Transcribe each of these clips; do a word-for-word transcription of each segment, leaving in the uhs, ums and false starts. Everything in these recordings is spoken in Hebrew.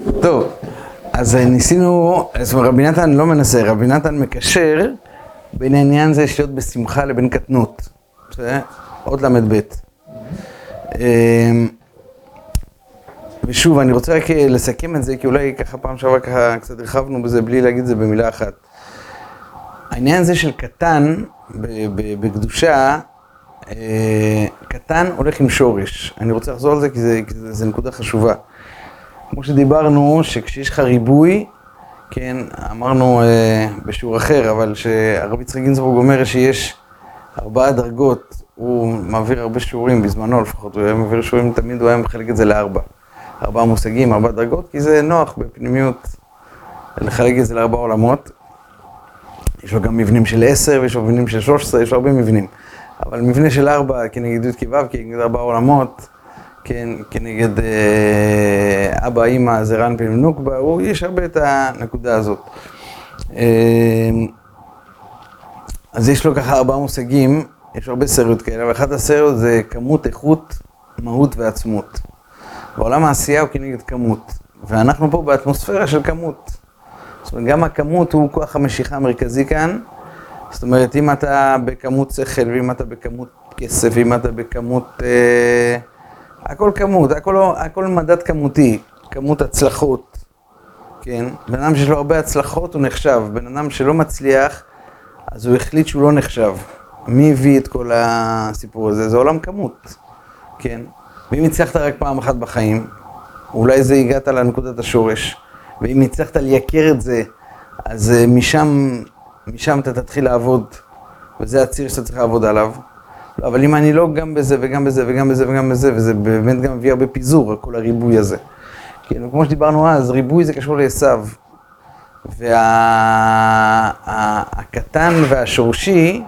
טוב, אז ניסינו, אז רבי נתן לא מנסה, רבי נתן מקשר בין העניין זה להיות בשמחה לבין קטנות. בסדר? עוד למד בית. ושוב, אני רוצה רק לסכם את זה, כי אולי ככה פעם שעברה ככה קצת הרחבנו בזה בלי להגיד את זה במילה אחת. העניין הזה של קטן בקדושה, קטן הולך עם שורש. אני רוצה לחזור על זה כי זה, כי זה, זה נקודה חשובה. כמו שדיברנו, שכשיש לך ריבוי, כן, אמרנו אה, בשיעור אחר, אבל שהרב יצחק גינזבורג אומר שיש ארבעה דרגות, הוא מעביר הרבה שיעורים בזמנו לפחות, הוא היה מעביר שיעורים, תמיד הוא היה מחלק את זה לארבע. ארבעה מושגים, ארבע דרגות, כי זה נוח בפנימיות לחלק את זה לארבע עולמות. יש לו גם מבנים של עשר, ויש לו מבנים של שלוש עשרה, יש לו הרבה מבנים. אבל מבנה של ארבע, כנגד י' כו', כנגד ארבע עולמות, כן, כנגד אה, אבא, אמא, זרן, פין ונוקבה, הוא יש הרבה את הנקודה הזאת. אה, אז יש לו ככה ארבעה מושגים, יש הרבה סריות כאלה, אבל אחת הסריות זה כמות, איכות, מהות ועצמות. בעולם העשייה הוא כנגד כמות, ואנחנו פה באטמוספירה של כמות. זאת אומרת, גם הכמות הוא כוח המשיכה המרכזי כאן. זאת אומרת, אם אתה בכמות שכל, ואם אתה בכמות כסף, ואם אתה בכמות... אה, הכל כמות, הכל, הכל מדד כמותי, כמות הצלחות, כן? בן אדם שיש לו הרבה הצלחות הוא נחשב, בן אדם שלא מצליח, אז הוא החליט שהוא לא נחשב. מי הביא את כל הסיפור הזה? זה עולם כמות, כן? ואם הצלחת רק פעם אחת בחיים, אולי זה הגעת לנקודת השורש, ואם הצלחת לייקר את זה, אז משם, משם אתה תתחיל לעבוד, וזה הציר שאתה צריך לעבוד עליו. אבל אם אני לא גם בזה וגם בזה וגם בזה וגם בזה, וזה באמת גם מביא הרבה פיזור, כל הריבוי הזה. כן, וכמו שדיברנו אז, ריבוי זה קשור לעשיו. והקטן והשורשי,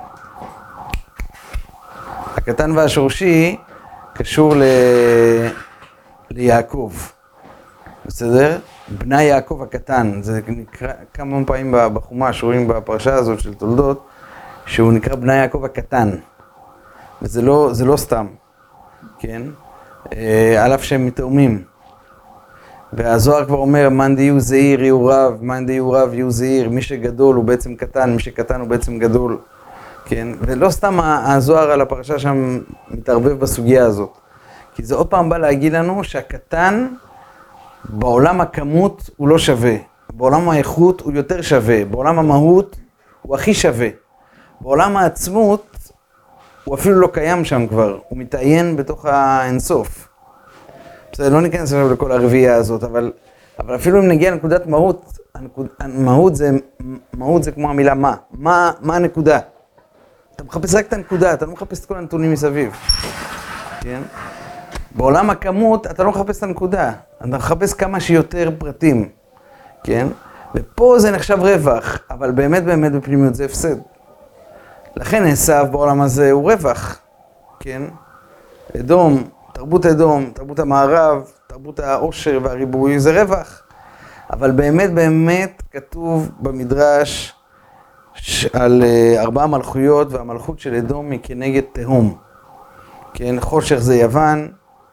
הקטן והשורשי קשור ל... ליעקב. בסדר? בני יעקב הקטן, זה נקרא כמה פעמים בחומש, רואים בפרשה הזאת של תולדות, שהוא נקרא בני יעקב הקטן. וזה לא, זה לא סתם, כן? על אף שהם מתאומים. והזוהר כבר אומר, מאן דיהו זעיר יהיו רב, מאן דיהו רב יהיו זעיר, מי שגדול הוא בעצם קטן, מי שקטן הוא בעצם גדול, כן? ולא סתם הזוהר על הפרשה שם מתערבב בסוגיה הזאת. כי זה עוד פעם בא להגיד לנו שהקטן בעולם הכמות הוא לא שווה, בעולם האיכות הוא יותר שווה, בעולם המהות הוא הכי שווה, בעולם העצמות הוא אפילו לא קיים שם כבר, הוא מתעיין בתוך האינסוף. בסדר, לא ניכנס עכשיו לכל הרביעייה הזאת, אבל, אבל אפילו אם נגיע לנקודת מהות, הנקוד, מהות זה, מהות זה כמו המילה מה. מה, מה הנקודה? אתה מחפש רק את הנקודה, אתה לא מחפש את כל הנתונים מסביב. כן? בעולם הכמות אתה לא מחפש את הנקודה, אתה מחפש כמה שיותר פרטים. כן? ופה זה נחשב רווח, אבל באמת באמת בפנימיות זה הפסד. לכן עשיו בעולם הזה הוא רווח, כן? אדום, תרבות אדום, תרבות המערב, תרבות העושר והריבוי, זה רווח. אבל באמת באמת כתוב במדרש על ארבעה מלכויות, והמלכות של אדום היא כנגד תהום. כן? חושך זה יוון,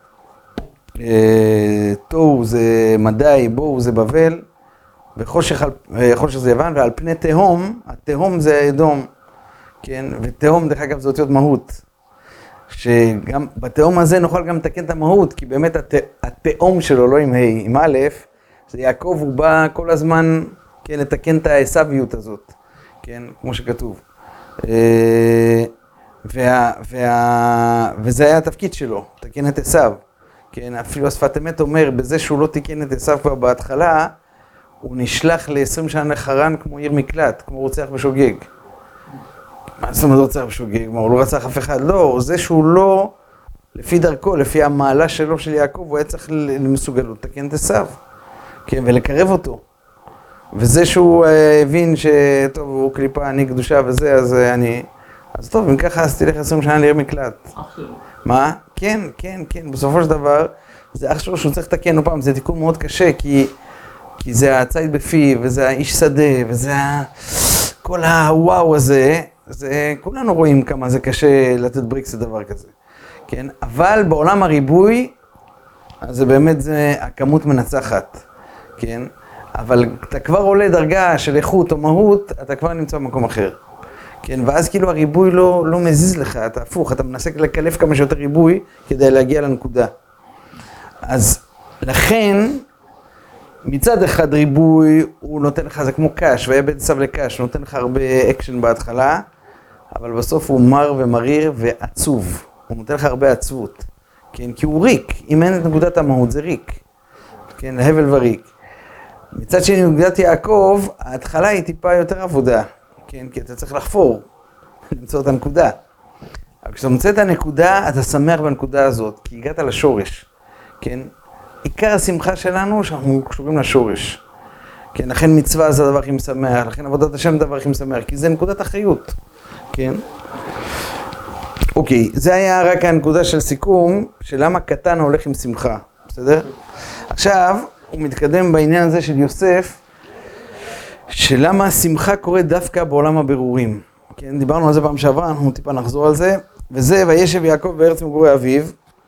תוהו זה מדי, בוהו זה בבל, וחושך חושך זה יוון, ועל פני תהום, התהום זה אדום. כן, ותהום דרך אגב זה אותיות מהות, שגם בתהום הזה נוכל גם לתקן את המהות, כי באמת הת... התהום שלו, לא עם ה', עם א', זה יעקב, הוא בא כל הזמן, כן, לתקן את העשוויות הזאת, כן, כמו שכתוב. וה... וה... וזה היה התפקיד שלו, לתקן את עשיו, כן, אפילו השפת אמת אומר, בזה שהוא לא תיקן את עשיו כבר בהתחלה, הוא נשלח ל-עשרים שנה לחרן כמו עיר מקלט, כמו רוצח ושוגג. מה זאת אומרת רוצח ושוגג? הוא לא רצח אף אחד, לא, זה שהוא לא, לפי דרכו, לפי המעלה שלו של יעקב, הוא היה צריך למסוגלות לתקן את עשיו, כן, ולקרב אותו. וזה שהוא הבין שטוב, הוא קליפה, אני קדושה וזה, אז אני, אז טוב, אם ככה, אז תלך עשרים שנה לעיר מקלט. אח שלו. מה? כן, כן, כן, בסופו של דבר, זה אח שלו שהוא צריך לתקן, עוד פעם, זה תיקון מאוד קשה, כי, כי זה הציד בפי, וזה האיש שדה, וזה כל הוואו הזה, זה, כולנו רואים כמה זה קשה לתת בריקס לדבר כזה, כן? אבל בעולם הריבוי, אז זה באמת זה הכמות מנצחת, כן? אבל אתה כבר עולה דרגה של איכות או מהות, אתה כבר נמצא במקום אחר. כן, ואז כאילו הריבוי לא, לא מזיז לך, אתה הפוך, אתה מנסה לקלף כמה שיותר ריבוי כדי להגיע לנקודה. אז לכן, מצד אחד ריבוי הוא נותן לך, זה כמו קש, והיה בית סב לקש, נותן לך הרבה אקשן בהתחלה, אבל בסוף הוא מר ומריר ועצוב, הוא נותן לך הרבה עצבות, כן, כי הוא ריק, אם אין את נקודת המהות זה ריק, כן, הבל וריק. מצד שני, נקודת יעקב, ההתחלה היא טיפה יותר עבודה, כן, כי אתה צריך לחפור, למצוא את הנקודה. אבל כשאתה מוצא את הנקודה, אתה שמח בנקודה הזאת, כי הגעת לשורש, כן. עיקר השמחה שלנו שאנחנו קשורים לשורש, כן, לכן מצווה זה הדבר הכי משמח, לכן עבודת השם זה הדבר הכי משמח, כי זה נקודת החיות, כן. אוקיי, זה היה רק הנקודה של סיכום, של למה קטן הולך עם שמחה, בסדר? עכשיו, הוא מתקדם בעניין הזה של יוסף, שלמה השמחה קורית דווקא בעולם הבירורים. כן, דיברנו על זה פעם שעברה, אנחנו טיפה נחזור על זה. וזה, וישב יעקב בארץ מגורי אביו,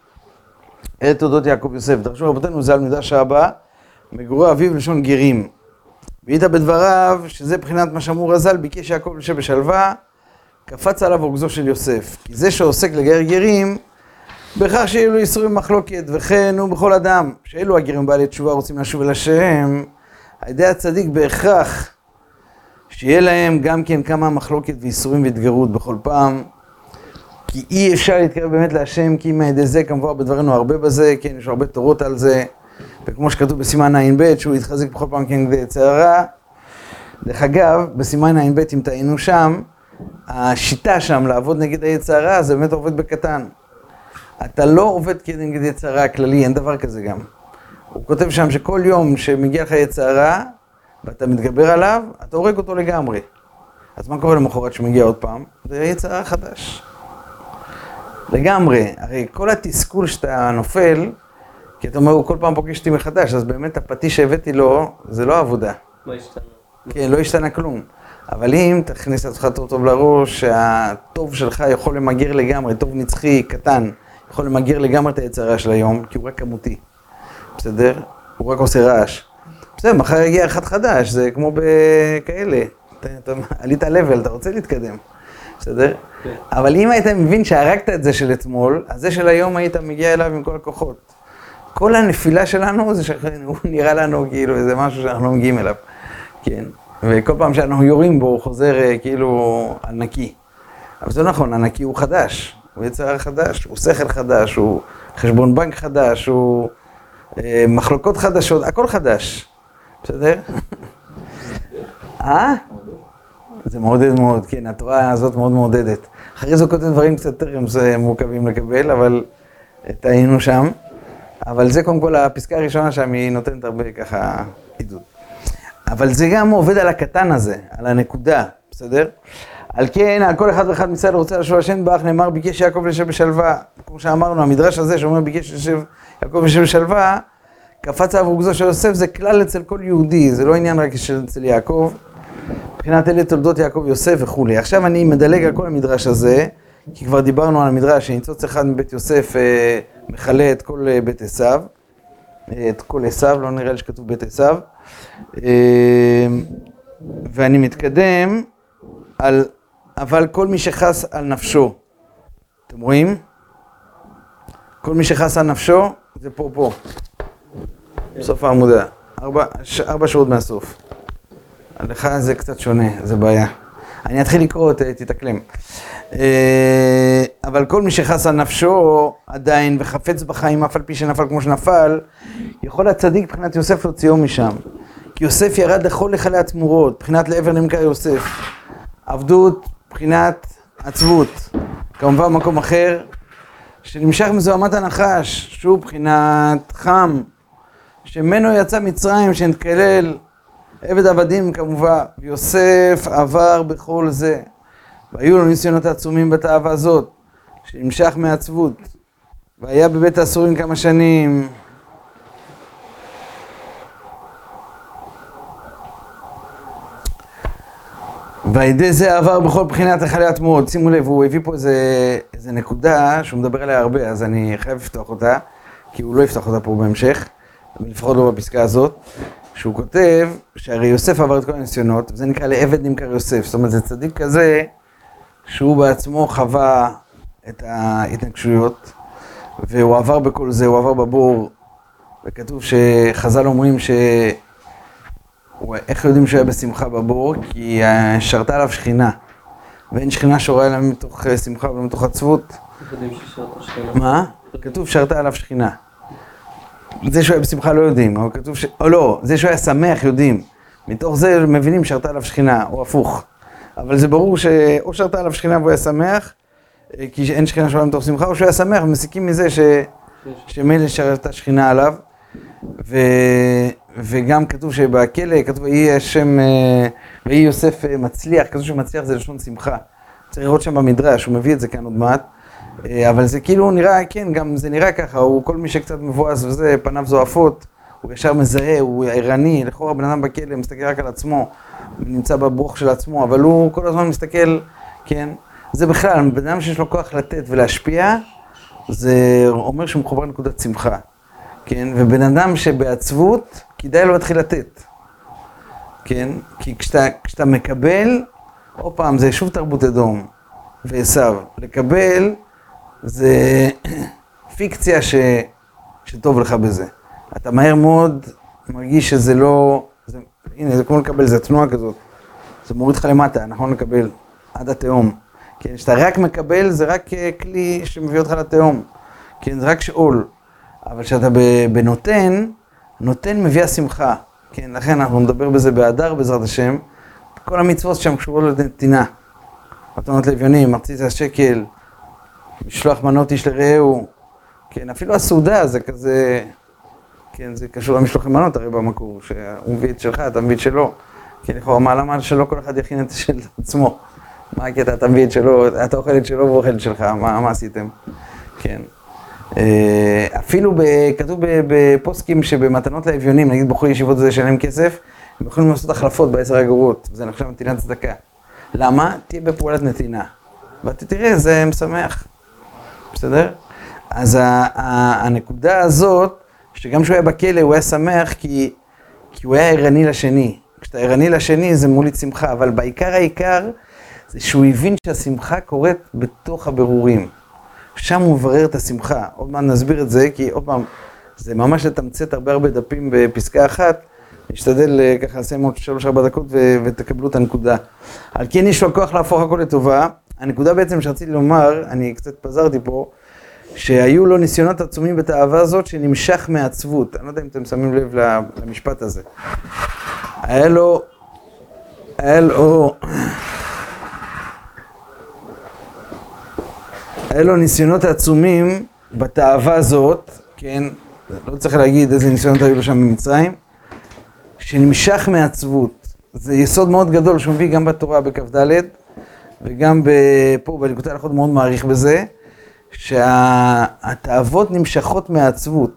את תולדות יעקב יוסף. דרשו רבותינו זה על מדרש הבא, מגורי אביו לשון גרים. והיית בדבריו, שזה בחינת מה שאמרו רז"ל, ביקש יעקב לשב בשלווה, קפץ עליו רוגזו של יוסף. כי זה שעוסק לגייר גרים, בכך שאלו איסורים מחלוקת, וכן הוא בכל אדם, שאלו הגרים בעלי תשובה רוצים לשוב אל השם, על ידי הצדיק בהכרח שיהיה להם גם כן כמה מחלוקת ואיסורים והתגרות בכל פעם, כי אי אפשר להתקרב באמת להשם, כי מהידי זה כמובן בדברנו הרבה בזה, כן, יש הרבה תורות על זה, וכמו שכתוב בסימן עין ב' שהוא יתחזק בכל פעם כנגד יצר הרע. דרך אגב, בסימן עין ב' אם טעינו שם, השיטה שם לעבוד נגד היצר הרע זה באמת עובד בקטן. אתה לא עובד כנגד יצר הרע הכללי, אין דבר כזה גם. הוא כותב שם שכל יום שמגיע לך יצר הרע, ואתה מתגבר עליו, אתה הורג אותו לגמרי. אז מה קורה למחרת שמגיע עוד פעם? זה יצר הרע חדש. לגמרי. הרי כל התסכול שאתה נופל, כי אתה אומר, הוא כל פעם פוגש אותי מחדש, אז באמת הפטיש שהבאתי לו, זה לא עבודה. לא השתנה. כן, לא השתנה כלום. אבל אם תכניס את עצמך טוב טוב לראש, שהטוב שלך יכול למגר לגמרי, טוב נצחי, קטן, יכול למגר לגמרי את היצר הרע של היום, כי הוא רק כמותי. בסדר? הוא רק עושה רעש. בסדר, מחר יגיע אחד חדש, זה כמו בכאלה. אתה, אתה עלית level, אתה רוצה להתקדם. בסדר? Okay. אבל אם היית מבין שהרגת את זה של אתמול, אז זה של היום היית מגיע אליו עם כל הכוחות. כל הנפילה שלנו זה שהוא נראה לנו כאילו זה משהו שאנחנו לא מגיעים אליו. כן? וכל פעם שאנחנו יורים בו הוא חוזר כאילו על נקי. אבל זה נכון, הנקי הוא חדש. הוא יצר הרע חדש, הוא שכל חדש, הוא חשבון בנק חדש, הוא אה, מחלוקות חדשות, הכל חדש. בסדר? אה? זה מעודד מאוד, כן, התורה הזאת מאוד מעודדת. אחרי זה כותב דברים קצת יותר מורכבים לקבל, אבל טעינו שם. אבל זה קודם כל הפסקה הראשונה שם היא נותנת הרבה ככה עידוד. אבל זה גם עובד על הקטן הזה, על הנקודה, בסדר? על כן, על כל אחד ואחד מצד רוצה לשוב השם באח, נאמר ביקש יעקב לשב בשלווה. כמו שאמרנו, המדרש הזה שאומר ביקש לשב, יעקב לשב בשלווה, קפץ עליו רוגזו של יוסף, זה כלל אצל כל יהודי, זה לא עניין רק אצל יעקב. מבחינת אלה תולדות יעקב יוסף וכו'. עכשיו אני מדלג על כל המדרש הזה, כי כבר דיברנו על המדרש שניצוץ אחד מבית יוסף אה, מכלה את כל אה, בית עשיו, אה, את כל עשיו, לא נראה לי שכתוב בית עשיו. אה, ואני מתקדם על, אבל כל מי שחס על נפשו, אתם רואים? כל מי שחס על נפשו, זה פה פה, בסוף העמודה, ארבע, ש, ארבע שעות מהסוף. לך זה קצת שונה, זה בעיה. אני אתחיל לקרוא, תתאקלם. אבל כל מי שחס על נפשו עדיין וחפץ בחיים, אף על פי שנפל כמו שנפל, יכול הצדיק מבחינת יוסף להוציאו משם. כי יוסף ירד לכל לחלי התמורות, מבחינת לעבר נמכר יוסף. עבדות, מבחינת עצבות. כמובן מקום אחר, שנמשך מזוהמת הנחש, שוב מבחינת חם, שממנו יצא מצרים שנתקלל, עבד עבדים כמובן, ויוסף עבר בכל זה. והיו לו ניסיונות עצומים בתאווה הזאת, שנמשך מעצבות, והיה בבית האסורים כמה שנים. והידי זה עבר בכל בחינת החלי התמורות. שימו לב, הוא הביא פה איזה, איזה נקודה שהוא מדבר עליה הרבה, אז אני חייב לפתוח אותה, כי הוא לא יפתח אותה פה בהמשך, לפחות לא בפסקה הזאת. שהוא כותב שהרי יוסף עבר את כל הניסיונות, וזה נקרא לעבד נמכר יוסף, זאת אומרת זה צדיק כזה שהוא בעצמו חווה את ההתנגשויות, והוא עבר בכל זה, הוא עבר בבור, וכתוב שחז"ל אומרים ש... איך יודעים שהוא היה בשמחה בבור? כי שרתה עליו שכינה, ואין שכינה שורה עליו מתוך שמחה ומתוך עצבות. מה? כתוב שרתה עליו שכינה. זה שהוא היה בשמחה לא יודעים, אבל כתוב ש... או לא, זה שהוא היה שמח יודעים. מתוך זה מבינים שרתה עליו שכינה, או הפוך. אבל זה ברור שאו שרתה עליו שכינה והוא היה שמח, כי אין שכינה שורה מתוך שמחה, או שהוא היה שמח, ומסיקים מזה ש... שמילא שרתה שכינה עליו. ו... וגם כתוב שבכלא, כתוב יהי השם, ויהי יוסף מצליח, כתוב שמצליח זה לשון שמחה. צריך לראות שם במדרש, הוא מביא את זה כאן עוד מעט. אבל זה כאילו נראה, כן, גם זה נראה ככה, הוא כל מי שקצת מבואס וזה, פניו זועפות, הוא ישר מזהה, הוא ערני, לכאורה בן אדם בכלא, מסתכל רק על עצמו, הוא נמצא בברוך של עצמו, אבל הוא כל הזמן מסתכל, כן, זה בכלל, בן אדם שיש לו כוח לתת ולהשפיע, זה אומר שהוא מחובר לנקודת שמחה, כן, ובן אדם שבעצבות, כדאי לו להתחיל לתת, כן, כי כשאתה, כשאתה מקבל, עוד פעם, זה שוב תרבות אדום ועשיו, לקבל, זה פיקציה ש... שטוב לך בזה. אתה מהר מאוד מרגיש שזה לא... זה... הנה, זה כמו לקבל, זה תנועה כזאת. זה מוריד לך למטה, נכון לקבל עד התהום. כן, שאתה רק מקבל, זה רק כלי שמביא אותך לתהום. כן, זה רק שאול. אבל כשאתה בנותן, נותן מביא השמחה. כן, לכן אנחנו נדבר בזה באדר בעזרת השם. כל המצוות שם קשורות לנתינה. מתנות לאביונים, מחצית השקל, משלוח מנות איש לרעהו, כן, אפילו הסעודה זה כזה, כן, זה קשור למשלוח מנות הרי במקור, שהוא מביא את שלך, אתה מביא את שלו, כן, לכאורה מעלה שלא כל אחד יכין את של עצמו, מה הקטע, אתה מביא את שלו, אתה אוכל את שלו ואוכל את שלך, מה, מה עשיתם, כן. אפילו כתוב בפוסקים שבמתנות לאביונים, נגיד בחורי ישיבות זה שלהם כסף, הם יכולים לעשות החלפות בעשר אגורות, זה נחשב נתינת צדקה. למה? תהיה בפעולת נתינה. ואתה תראה, זה משמח. בסדר? אז הנקודה הזאת, שגם שהוא היה בכלא, הוא היה שמח כי, כי הוא היה ערני לשני. כשאתה ערני לשני זה מוליד שמחה, אבל בעיקר העיקר זה שהוא הבין שהשמחה קורית בתוך הבירורים. שם הוא מברר את השמחה. עוד מעט נסביר את זה, כי עוד פעם, זה ממש לתמצת הרבה הרבה דפים בפסקה אחת, נשתדל ככה לסיים עוד שלוש ארבע דקות ו- ותקבלו את הנקודה. על כן יש לו כוח להפוך הכל לטובה. הנקודה בעצם שרציתי לומר, אני קצת פזרתי פה, שהיו לו ניסיונות עצומים בתאווה הזאת שנמשך מעצבות. אני לא יודע אם אתם שמים לב למשפט הזה. היה לו, היה לו, היה לו ניסיונות עצומים בתאווה הזאת, כן, לא צריך להגיד איזה ניסיונות היו לו שם במצרים, שנמשך מעצבות. זה יסוד מאוד גדול שהוא מביא גם בתורה בכ"ד, וגם פה בליקוטי הלכות מאוד מעריך בזה, שהתאוות נמשכות מעצבות.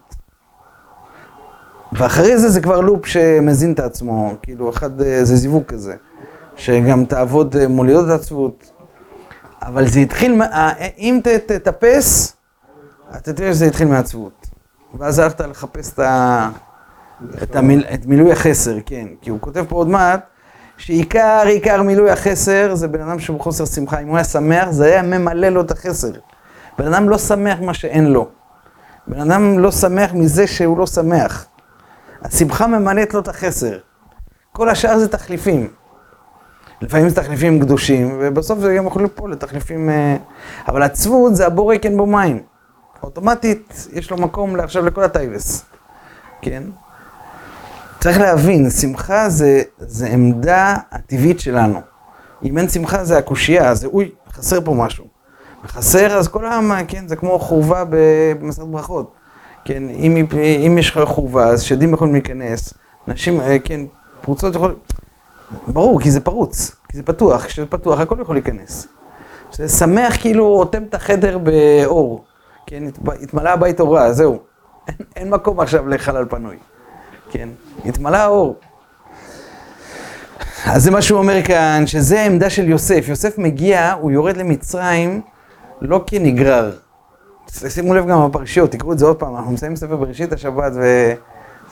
ואחרי זה זה כבר לופ שמזין את עצמו, כאילו אחד זה זיווג כזה, שגם תאוות מולידות עצבות. אבל זה התחיל, אם תטפס, אתה תראה שזה התחיל מעצבות. ואז הלכת לחפש את ה... את, המיל... את מילוי החסר, כן, כי הוא כותב פה עוד מעט שעיקר, עיקר מילוי החסר זה בן אדם שהוא בחוסר שמחה. אם הוא היה שמח, זה היה ממלא לו את החסר. בן אדם לא שמח מה שאין לו. בן אדם לא שמח מזה שהוא לא שמח. השמחה ממלאת לו את החסר. כל השאר זה תחליפים. לפעמים זה תחליפים קדושים, ובסוף זה גם יכול ליפול לתחליפים... אבל עצבות זה הבור ריקן בו מים. אוטומטית יש לו מקום עכשיו לכל הטייבס. כן? צריך להבין, שמחה זה, זה עמדה הטבעית שלנו. אם אין שמחה זה הקושייה, זה אוי, חסר פה משהו. וחסר אז כל העם, כן, זה כמו חורבה במסכת ברכות. כן, אם, אם יש חורבה, אז שדים יכולים להיכנס, נשים, כן, פרוצות יכולים... ברור, כי זה פרוץ, כי זה פתוח, כשזה פתוח הכל יכול להיכנס. זה שמח כאילו רותם את החדר באור, כן, התמלא הבית אורה, זהו. אין, אין מקום עכשיו לחלל פנוי. כן, התמלא האור. אז זה מה שהוא אומר כאן, שזה העמדה של יוסף. יוסף מגיע, הוא יורד למצרים, לא כנגרר. שימו לב גם בפרשיות, תקראו את זה עוד פעם, אנחנו מסיימים ספר בראשית השבת, וזה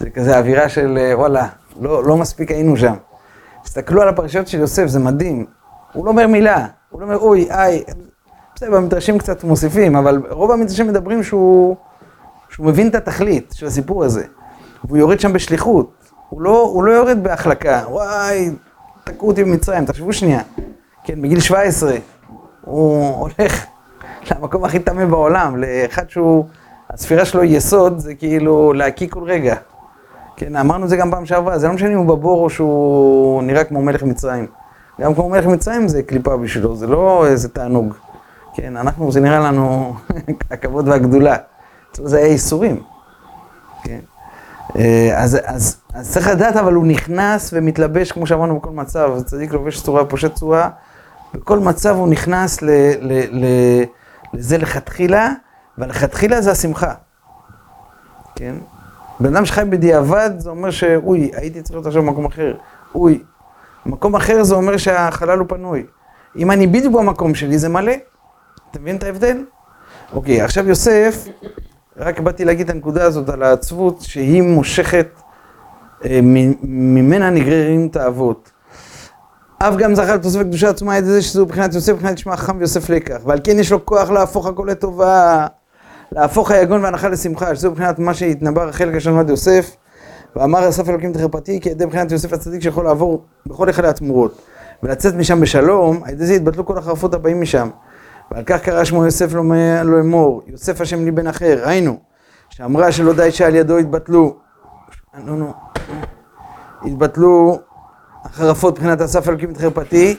זה כזה אווירה של וואלה, לא, לא מספיק היינו שם. תסתכלו על הפרשיות של יוסף, זה מדהים. הוא לא אומר מילה, הוא לא אומר אוי, איי, בסדר, במדרשים קצת מוסיפים, אבל רוב המדרשים מדברים שהוא, שהוא מבין את התכלית של הסיפור הזה. והוא יורד שם בשליחות, הוא לא, הוא לא יורד בהחלקה, וואי, תקעו אותי במצרים, תחשבו שנייה. כן, בגיל שבע עשרה, הוא הולך למקום הכי טמא בעולם, לאחד שהוא, הספירה שלו יסוד, זה כאילו להקיא כל רגע. כן, אמרנו את זה גם פעם שעברה, זה לא משנה אם הוא בבור או שהוא נראה כמו מלך מצרים. גם כמו מלך מצרים זה קליפה בשבילו, זה לא איזה תענוג. כן, אנחנו, זה נראה לנו הכבוד והגדולה. זה היה איסורים. כן. אז, אז, אז צריך לדעת, אבל הוא נכנס ומתלבש, כמו שאמרנו, בכל מצב. צדיק לובש צורה, פושט צורה. בכל מצב הוא נכנס ל, ל, ל, לזה לכתחילה, ולכתחילה זה השמחה. כן? בן אדם שחי בדיעבד, זה אומר שאוי, הייתי צריך להיות עכשיו במקום אחר. אוי, מקום אחר זה אומר שהחלל הוא פנוי. אם אני בדיוק במקום שלי, זה מלא. אתה מבין את ההבדל? אוקיי, עכשיו יוסף, רק באתי להגיד את הנקודה הזאת על העצבות, שהיא מושכת, אה, ממנה נגררים תאוות. אף גם זכה לתוספת קדושה עצומה את זה שזהו בחינת יוסף, בחינת ישמע חכם ויוסף לקח. ועל כן יש לו כוח להפוך הכל לטובה, להפוך היגון והנחה לשמחה, שזהו בחינת מה שהתנבא רחל כשלמד עד יוסף, ואמר אסף אלוקים את חרפתי, כי ידי בחינת יוסף הצדיק שיכול לעבור בכל היכלי התמורות, ולצאת משם בשלום, על ידי זה יתבטלו כל החרפות הבאים משם. ועל כך קרא שמו יוסף לא אמור, יוסף השם לי בן אחר, ראינו, שאמרה שלא די שעל ידו יתבטלו, נו נו, יתבטלו החרפות בחינת אסף אלוקים את חרפתי,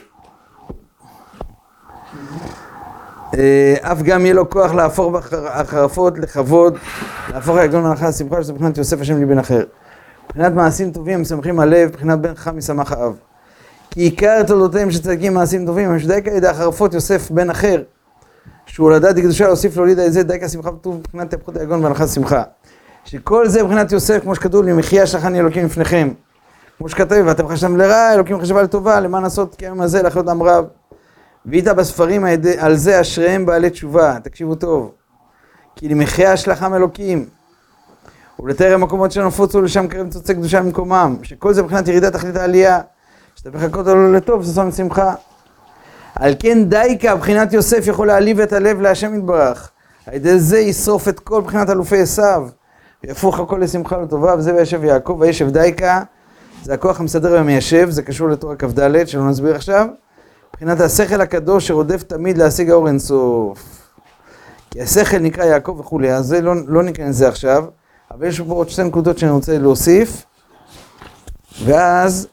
אף גם יהיה לו כוח להפוך בחרפות לכבוד, להפוך היגון והנחה לשמחה, שזה בחינת יוסף השם לי בן אחר. בחינת מעשים טובים משמחים הלב, בחינת בן חכם משמח האב. כי עיקר תולדותיהם שצדיקים מעשים טובים, הם שדייקה ידי החרפות יוסף בן אחר, שהוא לדעת קדושה להוסיף להוליד על זה דייקה שמחה וטוב בחינת תהפכות היגון והנחה לשמחה. שכל זה בחינת יוסף, כמו שכתוב, למחיה שלחני אלוקים לפניכם. כמו שכתוב, ואתם חשבתם לרע, אלוקים חשבה לטובה, למען לעשות כיום הזה, לחיות עם רב. ואיתה בספרים על זה אשריהם בעלי תשובה, תקשיבו טוב. כי למחיה שלחם אלוקים, ולתאר המקומות שנפוצו לשם קרב צוצי קדושה במקומם, שכל זה בחינת ירידת תכלית העלייה, שתפך הכל לו לטוב, ששום שמחה. על כן דייקה, בחינת יוסף יכול להעליב את הלב להשם יתברך. על ידי זה ישרוף את כל בחינת אלופי עשיו, ויהפוך הכל לשמחה לטובה, וזה וישב יעקב, וישב דייקה, זה הכוח המסדר והמיישב, זה קשור לתורה כ"ד, שלא נסביר עכשיו. מבחינת השכל הקדוש שרודף תמיד להשיג האור אינסוף. כי השכל נקרא יעקב וכולי, אז זה לא, לא ניכנס לזה עכשיו, אבל יש פה עוד שתי נקודות שאני רוצה להוסיף, ואז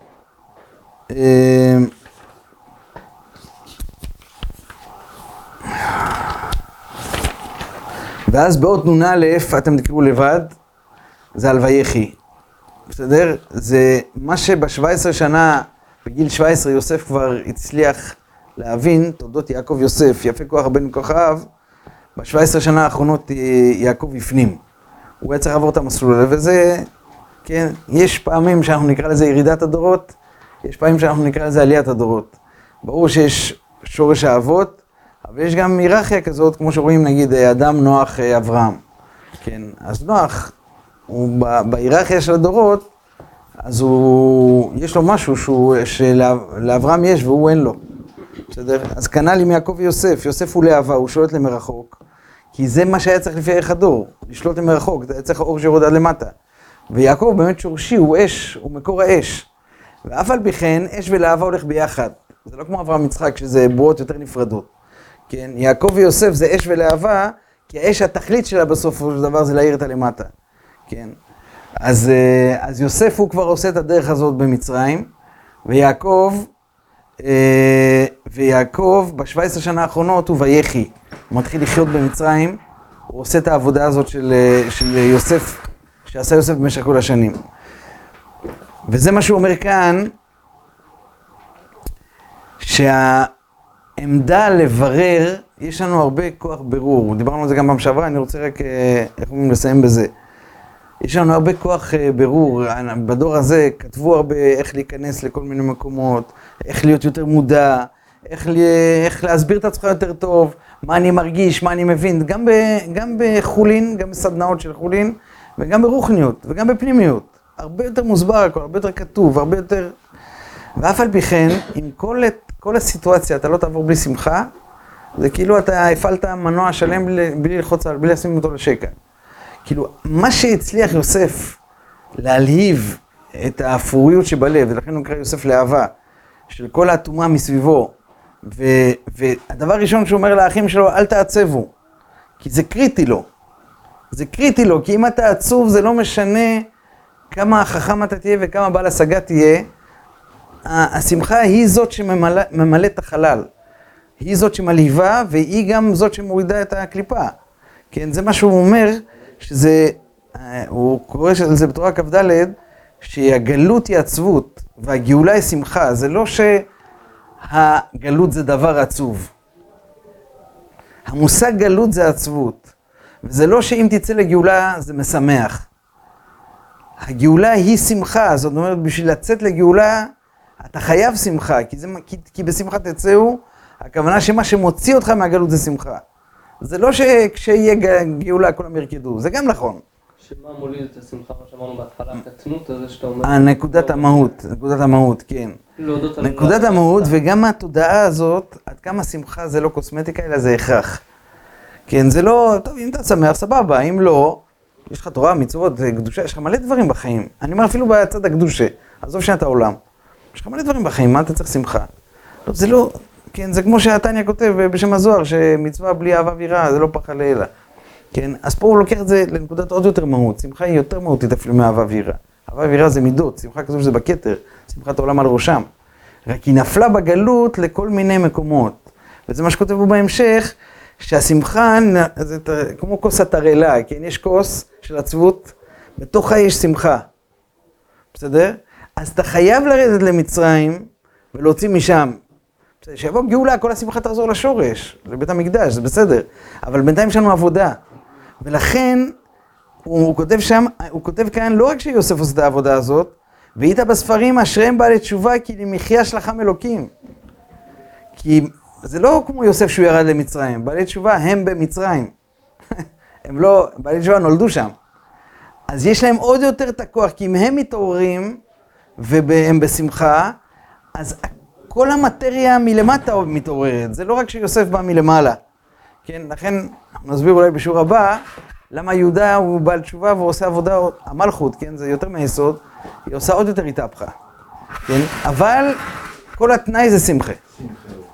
אה, ואז באות נונה לאף, אתם תקראו לבד, זה על ויחי. בסדר? זה מה שבשבע עשרה שנה, בגיל שבע עשרה יוסף כבר הצליח להבין, תולדות יעקב יוסף, יפה כוח בן כוכב, בשבע עשרה שנה האחרונות יעקב הפנים. הוא היה צריך לעבור את המסלול הזה, וזה, כן, יש פעמים שאנחנו נקרא לזה ירידת הדורות, יש פעמים שאנחנו נקרא לזה עליית הדורות. ברור שיש שורש האבות, אבל יש גם היררכיה כזאת, כמו שרואים נגיד אדם נוח אברהם. כן, אז נוח, הוא בהיררכיה של הדורות, אז הוא, יש לו משהו שהוא, שלאברהם יש והוא אין לו. בסדר? אז כנ"ל עם יעקב ויוסף, יוסף הוא להבה, הוא שולט למרחוק, כי זה מה שהיה צריך לפי ערך הדור, לשלוט למרחוק, היה צריך האור שיורד עד למטה. ויעקב באמת שורשי, הוא אש, הוא מקור האש. ואף על פי כן, אש ולהבה הולך ביחד. זה לא כמו אברהם יצחק, שזה בועות יותר נפרדות. כן? יעקב ויוסף זה אש ולהבה, כי האש התכלית שלה בסופו של דבר זה להאיר את הלמטה. כן? אז, אז יוסף הוא כבר עושה את הדרך הזאת במצרים, ויעקב, ויעקב בשבע עשרה שנה האחרונות הוא ויחי. הוא מתחיל לחיות במצרים, הוא עושה את העבודה הזאת של, של יוסף, שעשה יוסף במשך כל השנים. וזה מה שהוא אומר כאן, שהעמדה לברר, יש לנו הרבה כוח ברור. דיברנו על זה גם פעם שעברה, אני רוצה רק, איך אומרים, לסיים בזה. יש לנו הרבה כוח ברור, בדור הזה כתבו הרבה איך להיכנס לכל מיני מקומות, איך להיות יותר מודע, איך, איך להסביר את עצמך יותר טוב, מה אני מרגיש, מה אני מבין, גם, ב, גם בחולין, גם בסדנאות של חולין, וגם ברוחניות, וגם בפנימיות. הרבה יותר מוסבר הכל, הרבה יותר כתוב, הרבה יותר... ואף על פי כן, עם כל, כל הסיטואציה, אתה לא תעבור בלי שמחה, זה כאילו אתה הפעלת מנוע שלם בלי, בלי ללחוץ על, בלי לשים אותו לשקע. כאילו, מה שהצליח יוסף להלהיב את האפוריות שבלב, ולכן הוא נקרא יוסף לאהבה, של כל האטומה מסביבו, ו, והדבר הראשון שהוא אומר לאחים שלו, אל תעצבו, כי זה קריטי לו. זה קריטי לו, כי אם אתה עצוב, זה לא משנה כמה חכם אתה תהיה וכמה בעל השגה תהיה, השמחה היא זאת שממלא את החלל. היא זאת שמלהיבה, והיא גם זאת שמורידה את הקליפה. כן, זה מה שהוא אומר, שזה, הוא קורא לזה בתורה כ"ד, שהגלות היא עצבות, והגאולה היא שמחה. זה לא שהגלות זה דבר עצוב. המושג גלות זה עצבות. וזה לא שאם תצא לגאולה זה משמח. הגאולה היא שמחה, זאת אומרת, בשביל לצאת לגאולה, אתה חייב שמחה, כי, זה, כי, כי בשמחה תצאו, הכוונה שמה שמוציא אותך מהגלות זה שמחה. זה לא שכשיהיה גאולה כולם ירקדו, זה גם נכון. שמה מוליד את השמחה, מה שאמרנו בהתחלה, הקטנות הזה שאתה אומר... הנקודת המהות, נקודת המהות, כן. נקודת המהות, וגם התודעה הזאת, עד כמה שמחה זה לא קוסמטיקה, אלא זה הכרח. כן, זה לא, טוב, אם אתה שמח, סבבה, אם לא, יש לך תורה, מצוות, קדושה, יש לך מלא דברים בחיים. אני אומר אפילו בצד הקדושה, עזוב שנת העולם. יש לך מלא דברים בחיים, מה אתה צריך שמחה? לא, זה לא, כן, זה כמו שהתניא כותב בשם הזוהר, שמצווה בלי אהבה ויראה, זה לא פח לאלה. כן, אז פה הוא לוקח את זה לנקודת עוד יותר מהות. שמחה היא יותר מהותית אפילו מאהבה ויראה. אהבה ויראה זה מידות, שמחה כזו שזה בכתר, שמחת העולם על ראשם. רק היא נפלה בגלות לכל מיני מקומות. וזה מה שכותב בו בהמשך, שהשמחה זה כמו כוס התרעלה, כן? יש כוס של עצבות, בתוכה יש שמחה. בסדר? אז אתה חייב לרדת למצרים ולהוציא משם. שיבוא גאולה, כל השמחה תחזור לשורש, לבית המקדש, זה בסדר. אבל בינתיים יש לנו עבודה. ולכן הוא, הוא כותב שם, הוא כותב כאן לא רק שיוסף עושה את העבודה הזאת, והיית בספרים אשריהם בעלי תשובה, כי למחיה שלחם אלוקים. כי זה לא כמו יוסף שהוא ירד למצרים, בעלי תשובה הם במצרים. הם לא, בעלי תשובה נולדו שם. אז יש להם עוד יותר את הכוח, כי אם הם מתעוררים, והם בשמחה, אז כל המטריה מלמטה מתעוררת. זה לא רק שיוסף בא מלמעלה. כן, לכן נסביר אולי בשיעור הבא, למה יהודה הוא בעל תשובה והוא עושה עבודה, המלכות, כן, זה יותר מהיסוד, היא עושה עוד יותר התהפכה. כן, אבל כל התנאי זה שמחה.